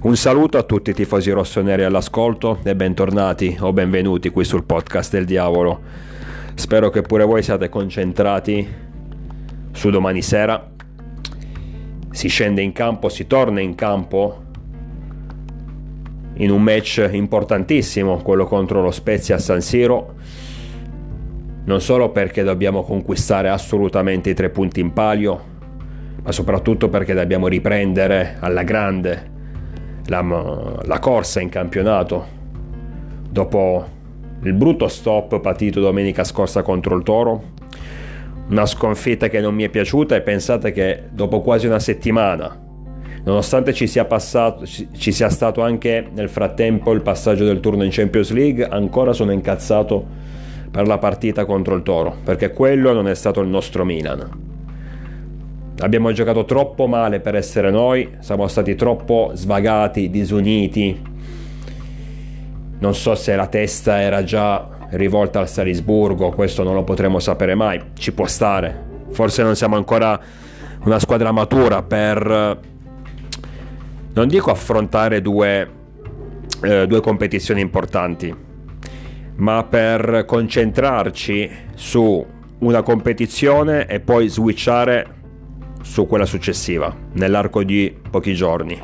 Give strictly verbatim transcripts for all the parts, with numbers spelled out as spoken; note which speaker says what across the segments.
Speaker 1: Un saluto a tutti i tifosi rossoneri all'ascolto e bentornati o benvenuti qui sul podcast del diavolo. Spero che pure voi siate concentrati su domani sera. Si scende in campo, si torna in campo in un match importantissimo, quello contro lo Spezia a San Siro. Non solo perché dobbiamo conquistare assolutamente i tre punti in palio, ma soprattutto perché dobbiamo riprendere alla grande La, la corsa in campionato dopo il brutto stop patito domenica scorsa contro il Toro, una sconfitta che non mi è piaciuta. E pensate che dopo quasi una settimana, nonostante ci sia passato ci, ci sia stato anche nel frattempo il passaggio del turno in Champions League, ancora sono incazzato per la partita contro il Toro, perché quello non è stato il nostro Milan. Abbiamo giocato troppo male per essere noi, siamo stati troppo svagati, disuniti. Non so se la testa era già rivolta al Salisburgo, questo non lo potremo sapere mai, ci può stare. Forse non siamo ancora una squadra matura per, non dico affrontare due, eh, due competizioni importanti, ma per concentrarci su una competizione e poi switchare su quella successiva nell'arco di pochi giorni.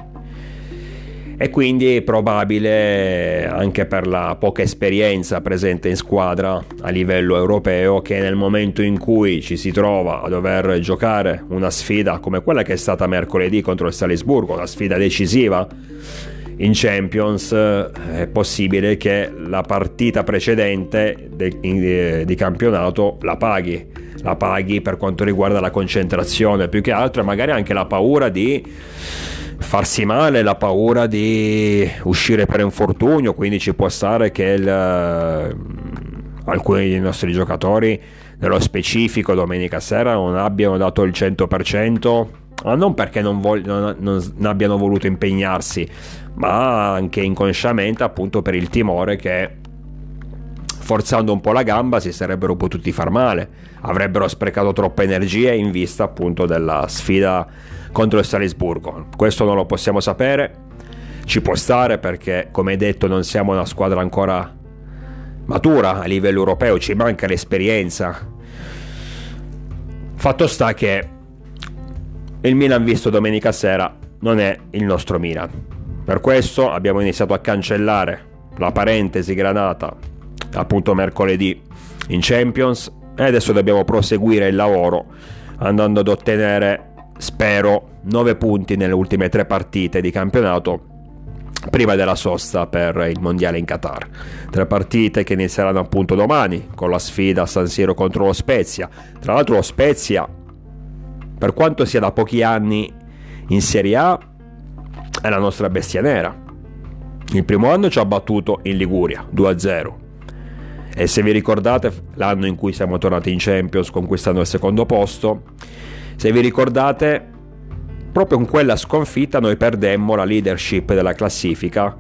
Speaker 1: E quindi è probabile, anche per la poca esperienza presente in squadra a livello europeo, che nel momento in cui ci si trova a dover giocare una sfida come quella che è stata mercoledì contro il Salisburgo, una sfida decisiva in Champions, è possibile che la partita precedente de, di campionato la paghi la paghi per quanto riguarda la concentrazione, più che altro, e magari anche la paura di farsi male, la paura di uscire per infortunio. Quindi ci può stare che il, alcuni dei nostri giocatori, nello specifico domenica sera, non abbiano dato il cento per cento, ma non perché non, vog- non, non abbiano voluto impegnarsi, ma anche inconsciamente, appunto per il timore che, forzando un po' la gamba, si sarebbero potuti far male, avrebbero sprecato troppe energie in vista appunto della sfida contro il Salisburgo. Questo non lo possiamo sapere, ci può stare perché, come detto, non siamo una squadra ancora matura a livello europeo, ci manca l'esperienza. Fatto sta che il Milan visto domenica sera non è il nostro Milan. Per questo abbiamo iniziato a cancellare la parentesi granata appunto mercoledì in Champions, e adesso dobbiamo proseguire il lavoro andando ad ottenere, spero, nove punti nelle ultime tre partite di campionato prima della sosta per il mondiale in Qatar. Tre partite che inizieranno appunto domani con la sfida a San Siro contro lo Spezia. Tra l'altro lo Spezia, per quanto sia da pochi anni in Serie A, è la nostra bestia nera. Il primo anno ci ha battuto in Liguria due a zero, e se vi ricordate l'anno in cui siamo tornati in Champions conquistando il secondo posto, se vi ricordate, proprio con quella sconfitta noi perdemmo la leadership della classifica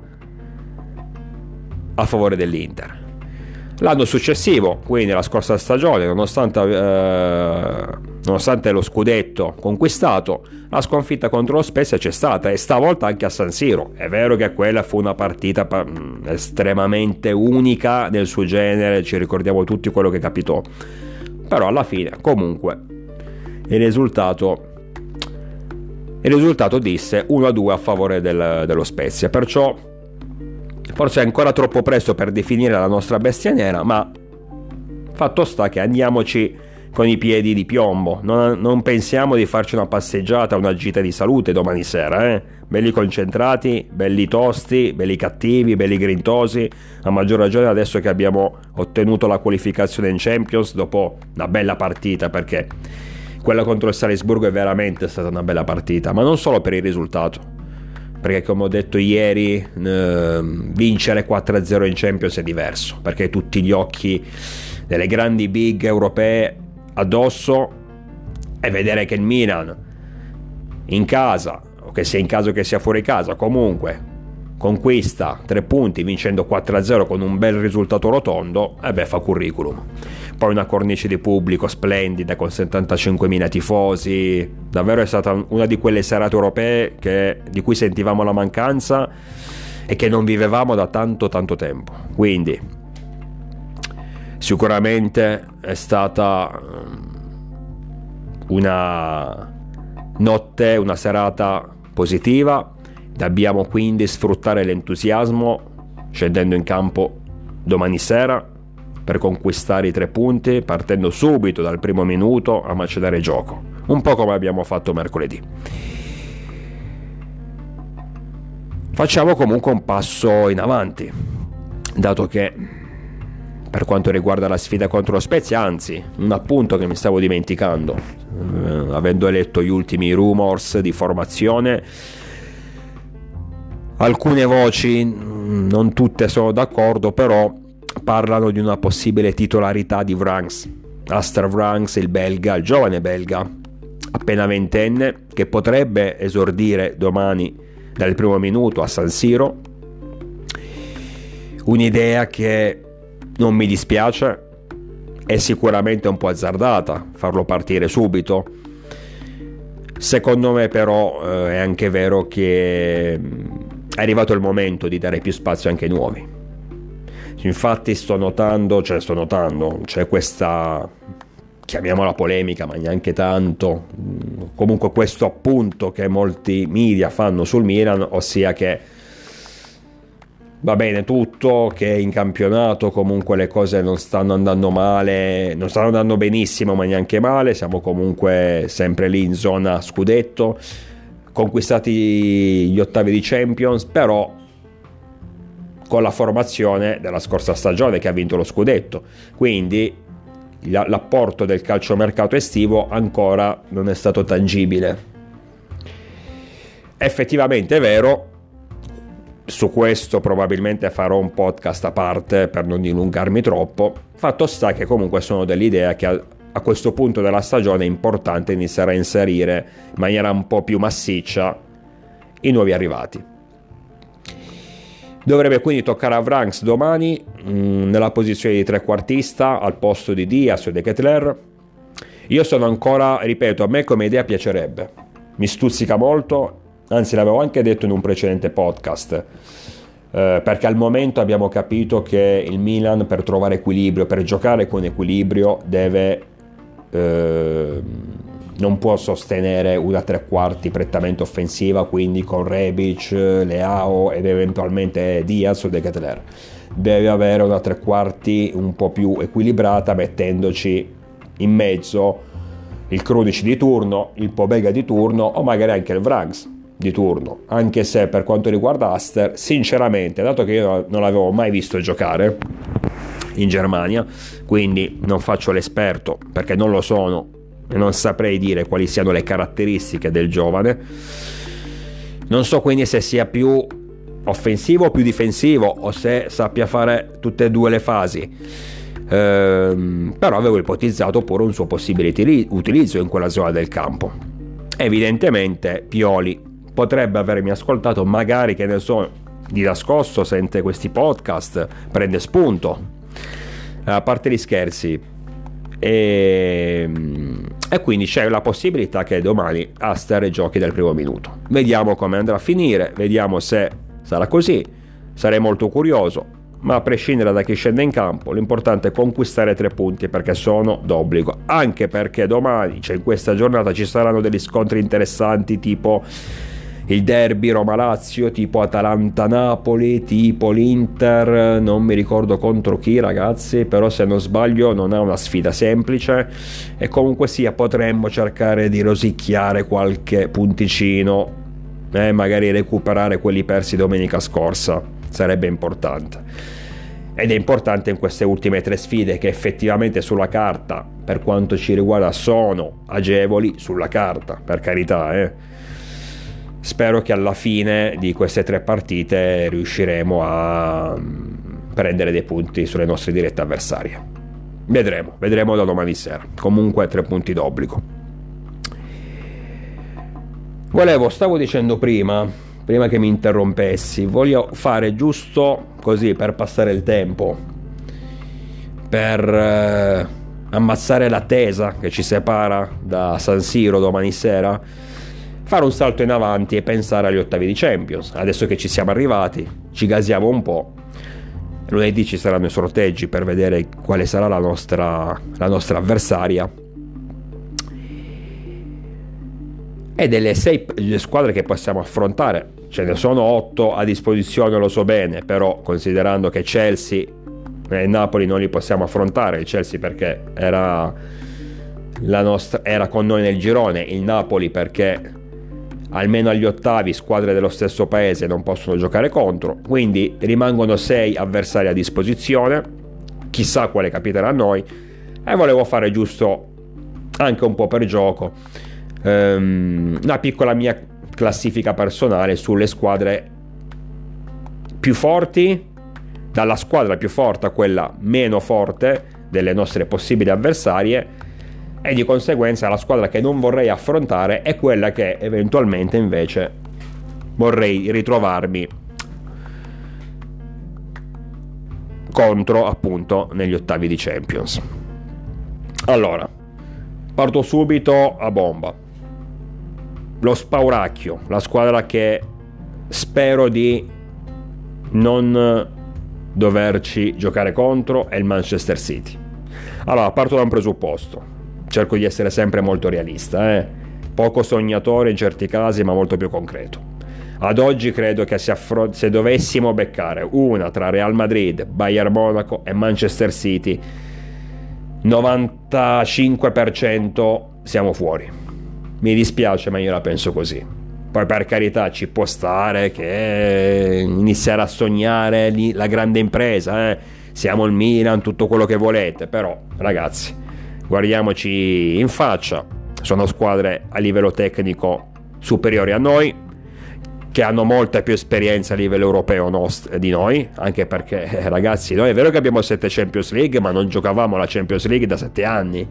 Speaker 1: a favore dell'Inter. L'anno successivo, quindi la scorsa stagione, nonostante, eh, nonostante lo scudetto conquistato, la sconfitta contro lo Spezia c'è stata, e stavolta anche a San Siro. È vero che quella fu una partita pa- estremamente unica nel suo genere, ci ricordiamo tutti quello che capitò, però alla fine comunque il risultato il risultato disse uno a due a favore del, dello Spezia. Perciò forse è ancora troppo presto per definire la nostra bestia nera, ma fatto sta che andiamoci con i piedi di piombo. Non, non pensiamo di farci una passeggiata, una gita di salute domani sera, eh? Belli concentrati, belli tosti, belli cattivi, belli grintosi, a maggior ragione adesso che abbiamo ottenuto la qualificazione in Champions dopo una bella partita, perché quella contro il Salisburgo è veramente stata una bella partita, ma non solo per il risultato, perché come ho detto ieri, eh, vincere quattro a zero in Champions è diverso, perché tutti gli occhi delle grandi big europee addosso, e vedere che il Milan in casa, o che sia in casa o che sia fuori casa, comunque conquista tre punti vincendo quattro a zero con un bel risultato rotondo, e beh, fa curriculum. poi una cornice di pubblico splendida con settantacinquemila tifosi. Davvero è stata una di quelle serate europee che, di cui sentivamo la mancanza e che non vivevamo da tanto tanto tempo. Quindi sicuramente è stata una notte, una serata positiva. Dobbiamo quindi sfruttare l'entusiasmo scendendo in campo domani sera per conquistare i tre punti, partendo subito dal primo minuto a macellare gioco, un po' come abbiamo fatto mercoledì. Facciamo comunque un passo in avanti, dato che per quanto riguarda la sfida contro lo Spezia, anzi, un appunto che mi stavo dimenticando, eh, avendo letto gli ultimi rumors di formazione, alcune voci, non tutte sono d'accordo, però parlano di una possibile titolarità di Vranckx, Aster Vranckx, il belga, il giovane belga, appena ventenne, che potrebbe esordire domani dal primo minuto a San Siro. Un'idea che non mi dispiace, è sicuramente un po' azzardata farlo partire subito. Secondo me però eh, è anche vero che è arrivato il momento di dare più spazio anche ai nuovi. Infatti sto notando, cioè sto notando, c'è questa, chiamiamola polemica, ma neanche tanto, comunque questo appunto che molti media fanno sul Milan, ossia che va bene tutto, che in campionato comunque le cose non stanno andando male, non stanno andando benissimo ma neanche male, siamo comunque sempre lì in zona scudetto, conquistati gli ottavi di Champions, però con la formazione della scorsa stagione che ha vinto lo scudetto, quindi l'apporto del calciomercato estivo ancora non è stato tangibile. Effettivamente è vero, su questo probabilmente farò un podcast a parte per non dilungarmi troppo. Fatto sta che comunque sono dell'idea che a, a questo punto della stagione è importante iniziare a inserire in maniera un po' più massiccia i nuovi arrivati. Dovrebbe quindi toccare a Vranckx domani mh, nella posizione di trequartista al posto di Diaz o De Ketelaere. Io sono ancora, ripeto, a me come idea piacerebbe, mi stuzzica molto, anzi l'avevo anche detto in un precedente podcast, eh, perché al momento abbiamo capito che il Milan, per trovare equilibrio, per giocare con equilibrio, deve eh, non può sostenere una tre quarti prettamente offensiva, quindi con Rebic, Leao ed eventualmente Diaz o De Ketelaere. Deve avere una tre quarti un po' più equilibrata, mettendoci in mezzo il Krunic di turno, il Pobega di turno o magari anche il Vranckx di turno, anche se per quanto riguarda Aster, sinceramente, dato che io non l'avevo mai visto giocare in Germania, quindi non faccio l'esperto perché non lo sono e non saprei dire quali siano le caratteristiche del giovane, non so quindi se sia più offensivo o più difensivo o se sappia fare tutte e due le fasi, ehm, però avevo ipotizzato pure un suo possibile utilizzo in quella zona del campo. Evidentemente Pioli potrebbe avermi ascoltato, magari, che ne so, di nascosto sente questi podcast, prende spunto, a parte gli scherzi, e, e quindi c'è la possibilità che domani Aster giochi dal primo minuto. Vediamo come andrà a finire, vediamo se sarà così, sarei molto curioso, ma a prescindere da chi scende in campo l'importante è conquistare tre punti, perché sono d'obbligo, anche perché domani, cioè in questa giornata, ci saranno degli scontri interessanti, tipo il derby Roma-Lazio, tipo Atalanta-Napoli, tipo l'Inter, non mi ricordo contro chi, ragazzi, però se non sbaglio non è una sfida semplice, e comunque sia potremmo cercare di rosicchiare qualche punticino, eh, magari recuperare quelli persi domenica scorsa, sarebbe importante. Ed è importante in queste ultime tre sfide, che effettivamente sulla carta, per quanto ci riguarda, sono agevoli sulla carta, per carità, eh. Spero che alla fine di queste tre partite riusciremo a prendere dei punti sulle nostre dirette avversarie. Vedremo, vedremo da domani sera. Comunque tre punti d'obbligo. Volevo, stavo dicendo prima, prima che mi interrompessi, voglio fare giusto così per passare il tempo, per eh, ammazzare l'attesa che ci separa da San Siro domani sera, fare un salto in avanti e pensare agli ottavi di Champions. Adesso che ci siamo arrivati, ci gasiamo un po'. Lunedì ci saranno i sorteggi per vedere quale sarà la nostra, la nostra avversaria. E delle sei le squadre che possiamo affrontare, ce ne sono otto a disposizione, lo so bene, però considerando che Chelsea e Napoli non li possiamo affrontare, il Chelsea perché era, la nostra, era con noi nel girone, il Napoli perché almeno agli ottavi squadre dello stesso paese non possono giocare contro, quindi rimangono sei avversari a disposizione, chissà quale capiterà a noi, e volevo fare giusto anche un po' per gioco um, una piccola mia classifica personale sulle squadre più forti, dalla squadra più forte a quella meno forte delle nostre possibili avversarie, e di conseguenza la squadra che non vorrei affrontare è quella che eventualmente invece vorrei ritrovarmi contro, appunto, negli ottavi di Champions. Allora, parto subito a bomba. Lo spauracchio, la squadra che spero di non doverci giocare contro, è il Manchester City. Allora, parto da un presupposto. Cerco di essere sempre molto realista, eh? Poco sognatore in certi casi, ma molto più concreto. Ad oggi credo che se, affron- se dovessimo beccare una tra Real Madrid, Bayern Monaco e Manchester City, novantacinque per cento siamo fuori. Mi dispiace, ma io la penso così. Poi per carità ci può stare che iniziare a sognare la grande impresa, eh? Siamo il Milan, tutto quello che volete, però ragazzi, guardiamoci in faccia, sono squadre a livello tecnico superiori a noi, che hanno molta più esperienza a livello europeo nost- di noi, anche perché eh, ragazzi, noi è vero che abbiamo sette Champions League, ma non giocavamo la Champions League da sette anni,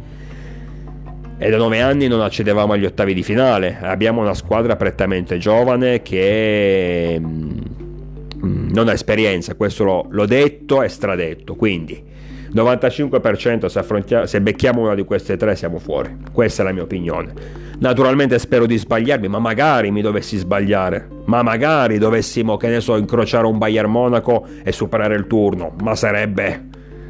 Speaker 1: e da nove anni non accedevamo agli ottavi di finale. Abbiamo una squadra prettamente giovane che mh, non ha esperienza, questo l'ho, l'ho detto e stradetto, quindi novantacinque per cento se, affrontiamo, se becchiamo una di queste tre siamo fuori. Questa è la mia opinione. Naturalmente spero di sbagliarmi, ma magari mi dovessi sbagliare, ma magari dovessimo, che ne so, incrociare un Bayern Monaco e superare il turno, ma sarebbe,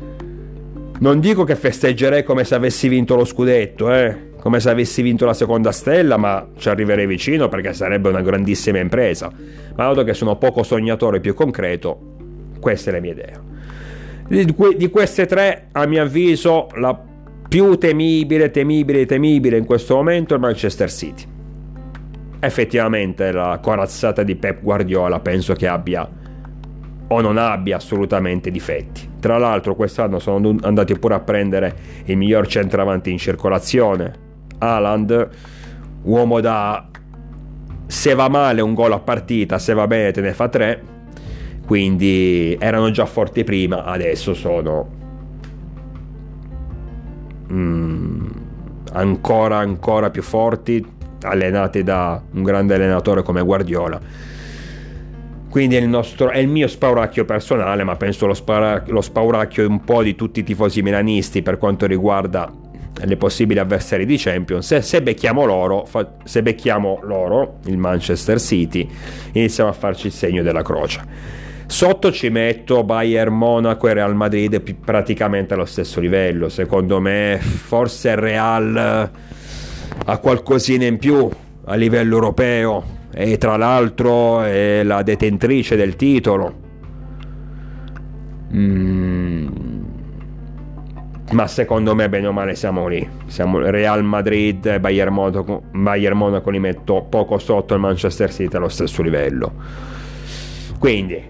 Speaker 1: non dico che festeggerei come se avessi vinto lo scudetto, eh come se avessi vinto la seconda stella, ma ci arriverei vicino perché sarebbe una grandissima impresa. Ma dato che sono poco sognatore e più concreto, questa è la mia idea. Di queste tre, a mio avviso, la più temibile, temibile, temibile in questo momento è il Manchester City. Effettivamente la corazzata di Pep Guardiola penso che abbia o non abbia assolutamente difetti. Tra l'altro quest'anno sono andati pure a prendere il miglior centravanti in circolazione, Haaland, uomo da, se va male un gol a partita, se va bene te ne fa tre. Quindi erano già forti prima, adesso sono mm, ancora ancora più forti, allenati da un grande allenatore come Guardiola. Quindi è il, nostro, è il mio spauracchio personale, ma penso lo, spaura, lo spauracchio un po' di tutti i tifosi milanisti per quanto riguarda le possibili avversari di Champions. Se, se becchiamo loro, fa, se becchiamo loro, il Manchester City, iniziamo a farci il segno della croce. Sotto ci metto Bayern Monaco e Real Madrid praticamente allo stesso livello. Secondo me forse il Real ha qualcosina in più a livello europeo e tra l'altro è la detentrice del titolo. Mm. Ma secondo me bene o male siamo lì. Siamo Real Madrid e Bayern Monaco, Bayern Monaco li metto poco sotto il Manchester City allo stesso livello. Quindi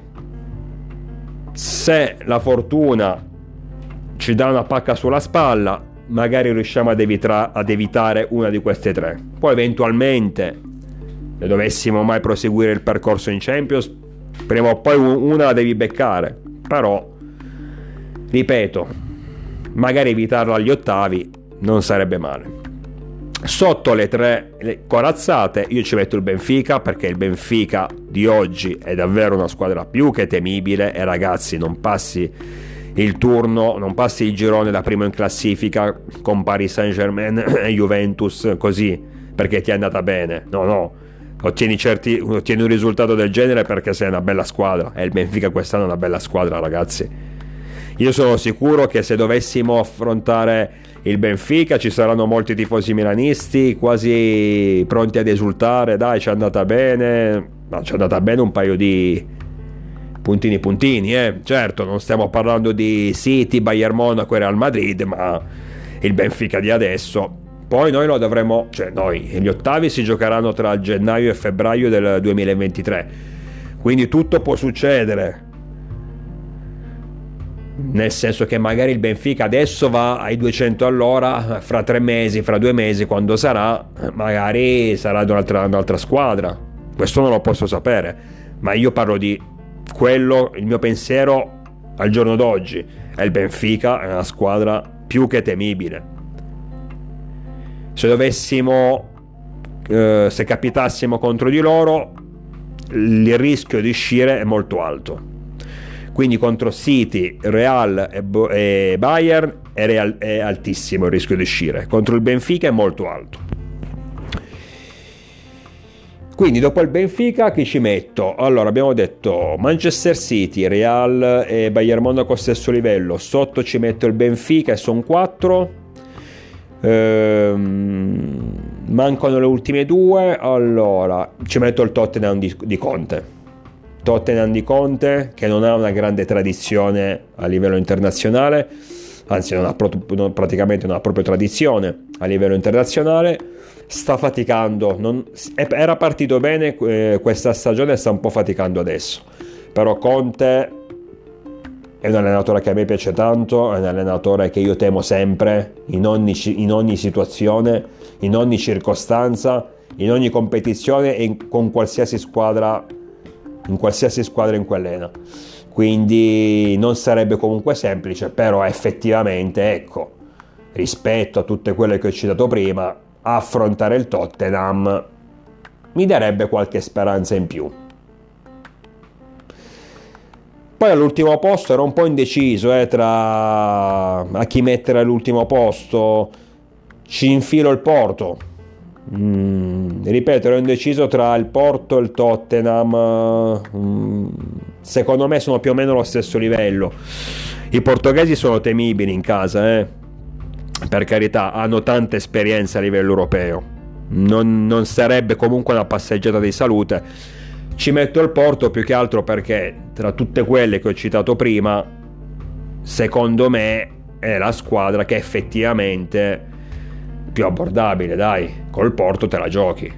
Speaker 1: se la fortuna ci dà una pacca sulla spalla, magari riusciamo ad, evitra- ad evitare una di queste tre. Poi eventualmente, se dovessimo mai proseguire il percorso in Champions, prima o poi una la devi beccare. Però, ripeto, magari evitarla agli ottavi non sarebbe male. Sotto le tre le corazzate io ci metto il Benfica, perché il Benfica di oggi è davvero una squadra più che temibile e ragazzi, non passi il turno, non passi il girone da primo in classifica con Paris Saint-Germain e Juventus così perché ti è andata bene. No, no, ottieni, certi, ottieni un risultato del genere perché sei una bella squadra, e il Benfica quest'anno è una bella squadra, ragazzi. Io sono sicuro che se dovessimo affrontare il Benfica ci saranno molti tifosi milanisti quasi pronti ad esultare, dai, ci è andata bene, ma ci è andata bene un paio di puntini puntini, eh. Certo, non stiamo parlando di City, Bayern Monaco e Real Madrid, ma il Benfica di adesso. Poi noi lo dovremo, cioè noi, gli ottavi si giocheranno tra gennaio e febbraio del duemilaventitré, quindi tutto può succedere, nel senso che magari il Benfica adesso va ai duecento all'ora, fra tre mesi, fra due mesi, quando sarà, magari sarà un'altra, un'altra squadra. Questo non lo posso sapere, ma io parlo di quello, il mio pensiero al giorno d'oggi. E il Benfica è una squadra più che temibile. Se dovessimo, eh, se capitassimo contro di loro, il rischio di uscire è molto alto. Quindi contro City, Real e, Bo- e Bayern è, real- è altissimo il rischio di uscire. Contro il Benfica è molto alto. Quindi dopo il Benfica chi ci metto? Allora abbiamo detto Manchester City, Real e Bayern Monaco stesso livello. Sotto ci metto il Benfica e sono quattro. Ehm, mancano le ultime due. Allora ci metto il Tottenham di, di Conte. Tottenham di Conte, che non ha una grande tradizione a livello internazionale, anzi non ha pro- non, praticamente non ha proprio tradizione a livello internazionale, sta faticando, non, era partito bene eh, questa stagione, sta un po' faticando adesso, però Conte è un allenatore che a me piace tanto, è un allenatore che io temo sempre, in ogni, in ogni situazione, in ogni circostanza, in ogni competizione e in, con qualsiasi squadra in qualsiasi squadra in cui allena. Quindi non sarebbe comunque semplice, però effettivamente, ecco, rispetto a tutte quelle che ho citato prima, affrontare il Tottenham mi darebbe qualche speranza in più. Poi all'ultimo posto ero un po' indeciso eh, tra a chi mettere all'ultimo posto. Ci infilo il Porto. Mm, ripeto, ero indeciso tra il Porto e il Tottenham. Mm, secondo me sono più o meno allo stesso livello. I portoghesi sono temibili in casa, eh. Per carità, hanno tanta esperienza a livello europeo. Non, non sarebbe comunque una passeggiata di salute. Ci metto il Porto più che altro perché tra tutte quelle che ho citato prima, secondo me è la squadra che effettivamente più abbordabile, dai, col Porto te la giochi.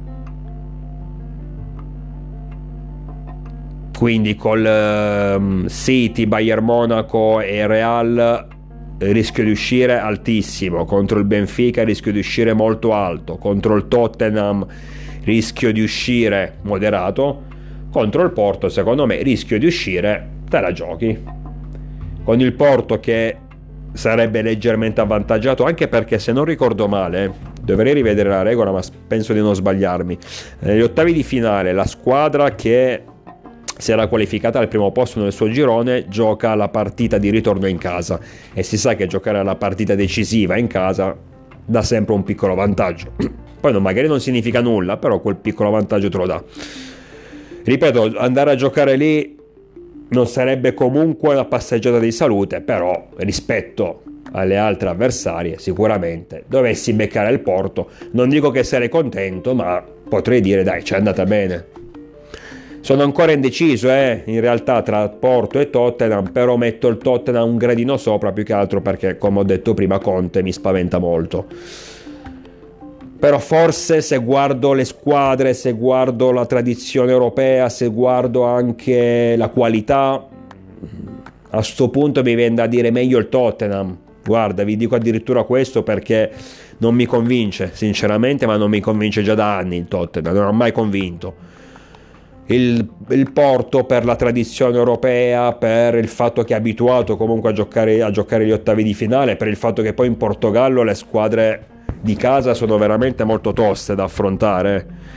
Speaker 1: Quindi col um, City, Bayern Monaco e Real il rischio di uscire altissimo, contro il Benfica il rischio di uscire molto alto, contro il Tottenham rischio di uscire moderato, contro il Porto secondo me rischio di uscire te la giochi. Con il Porto che sarebbe leggermente avvantaggiato, anche perché se non ricordo male, dovrei rivedere la regola ma penso di non sbagliarmi, negli ottavi di finale la squadra che si era qualificata al primo posto nel suo girone gioca la partita di ritorno in casa, e si sa che giocare la partita decisiva in casa dà sempre un piccolo vantaggio. Poi non, magari non significa nulla, però quel piccolo vantaggio te lo dà. Ripeto, andare a giocare lì non sarebbe comunque una passeggiata di salute, però rispetto alle altre avversarie sicuramente dovessi beccare il Porto, non dico che sarei contento, ma potrei dire dai, ci è andata bene. Sono ancora indeciso eh, in realtà tra Porto e Tottenham, però metto il Tottenham un gradino sopra, più che altro perché, come ho detto prima, Conte mi spaventa molto. Però forse se guardo le squadre, se guardo la tradizione europea, se guardo anche la qualità, a sto punto mi viene da dire meglio il Tottenham. Guarda, vi dico addirittura questo perché non mi convince, sinceramente, ma non mi convince già da anni il Tottenham, non ho mai convinto. Il, il Porto per la tradizione europea, per il fatto che è abituato comunque a giocare, a giocare gli ottavi di finale, per il fatto che poi in Portogallo le squadre di casa sono veramente molto toste da affrontare,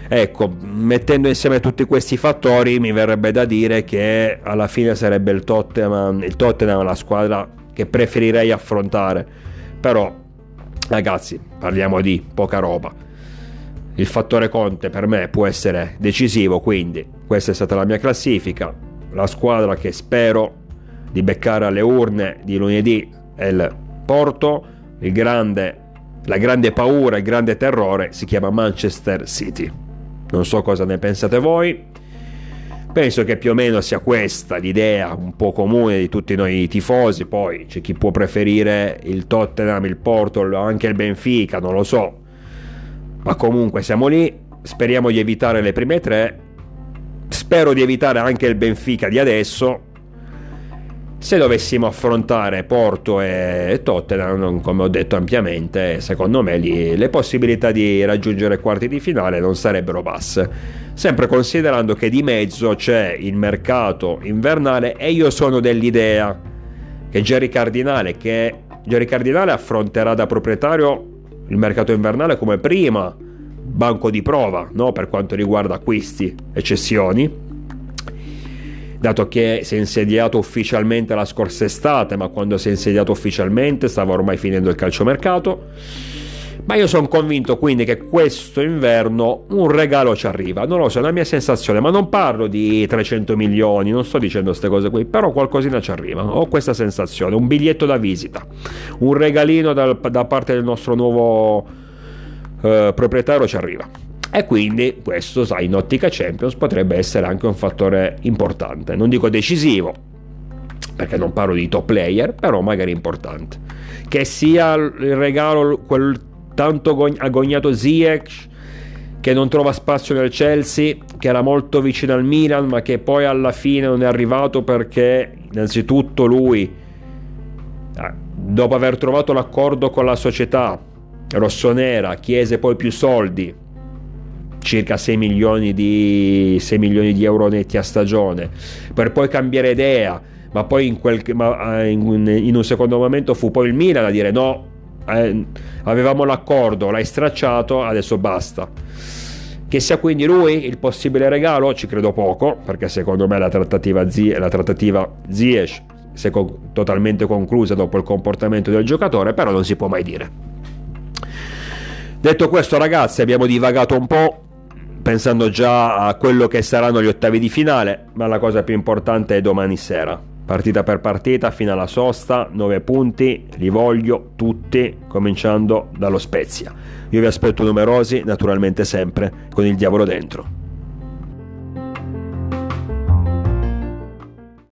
Speaker 1: Ecco, mettendo insieme tutti questi fattori mi verrebbe da dire che alla fine sarebbe il Tottenham, il Tottenham la squadra che preferirei affrontare. Però ragazzi, parliamo di poca roba. Il fattore Conte per me può essere decisivo, quindi questa è stata la mia classifica. La squadra che spero di beccare alle urne di lunedì è il Porto. Il grande, la grande paura, il grande terrore si chiama Manchester City. Non so cosa ne pensate voi. Penso che più o meno sia questa l'idea un po' comune di tutti noi tifosi. Poi c'è chi può preferire il Tottenham, il Porto o anche il Benfica, non lo so, ma comunque siamo lì. Speriamo di evitare le prime tre. Spero di evitare anche il Benfica di adesso. Se dovessimo affrontare Porto e Tottenham, come ho detto ampiamente, secondo me lì le possibilità di raggiungere quarti di finale non sarebbero basse, sempre considerando che di mezzo c'è il mercato invernale e io sono dell'idea che Jerry Cardinale, che Jerry Cardinale affronterà da proprietario il mercato invernale come prima banco di prova, no? Per quanto riguarda acquisti e cessioni, dato che si è insediato ufficialmente la scorsa estate, ma quando si è insediato ufficialmente stava ormai finendo il calciomercato. Ma io sono convinto quindi che questo inverno un regalo ci arriva, non lo so, è una mia sensazione, ma non parlo di trecento milioni, non sto dicendo queste cose qui, però qualcosina ci arriva, ho questa sensazione, un biglietto da visita, un regalino da, da parte del nostro nuovo eh, proprietario ci arriva. E quindi questo, sai, in ottica Champions potrebbe essere anche un fattore importante, non dico decisivo, perché non parlo di top player, però magari importante. Che sia il regalo, quel tanto agognato Ziyech, che non trova spazio nel Chelsea, che era molto vicino al Milan, ma che poi alla fine non è arrivato perché innanzitutto lui, dopo aver trovato l'accordo con la società rossonera, chiese poi più soldi, circa sei milioni di sei milioni di euro netti a stagione, per poi cambiare idea, ma poi in, quel, ma in, in un secondo momento fu poi il Milan a dire no, eh, avevamo l'accordo, l'hai stracciato, adesso basta. Che sia quindi lui il possibile regalo, ci credo poco, perché secondo me la trattativa Ziyech, la trattativa Ziyech si è co- totalmente conclusa dopo il comportamento del giocatore, però non si può mai dire. Detto questo, ragazzi, abbiamo divagato un po', pensando già a quello che saranno gli ottavi di finale, ma la cosa più importante è domani sera, partita per partita fino alla sosta, nove punti, li voglio tutti, cominciando dallo Spezia. Io vi aspetto numerosi, naturalmente sempre con il diavolo dentro.